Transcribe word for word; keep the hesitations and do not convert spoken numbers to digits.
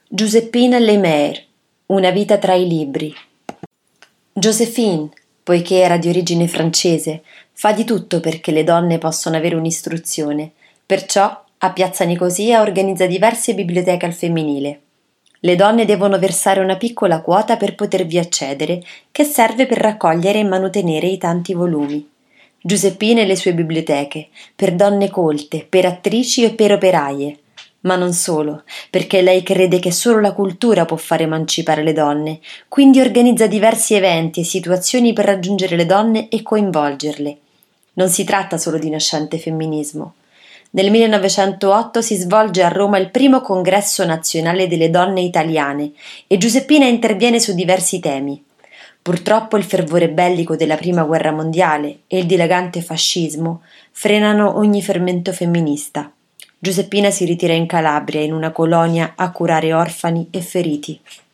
Giuseppina Lemaire, Una vita tra i libri. Joséphine, poiché era di origine francese, fa di tutto perché le donne possano avere un'istruzione, perciò a Piazza Nicosia organizza diverse biblioteche al femminile. Le donne devono versare una piccola quota per potervi accedere, che serve per raccogliere e manutenere i tanti volumi. Giuseppina e le sue biblioteche, per donne colte, per attrici e per operaie. Ma non solo, perché lei crede che solo la cultura può far emancipare le donne, quindi organizza diversi eventi e situazioni per raggiungere le donne e coinvolgerle. Non si tratta solo di nascente femminismo. Nel millenovecentootto si svolge a Roma il primo congresso nazionale delle donne italiane e Giuseppina interviene su diversi temi. Purtroppo il fervore bellico della Prima Guerra Mondiale e il dilagante fascismo frenano ogni fermento femminista. Giuseppina si ritira in Calabria, in una colonia, a curare orfani e feriti.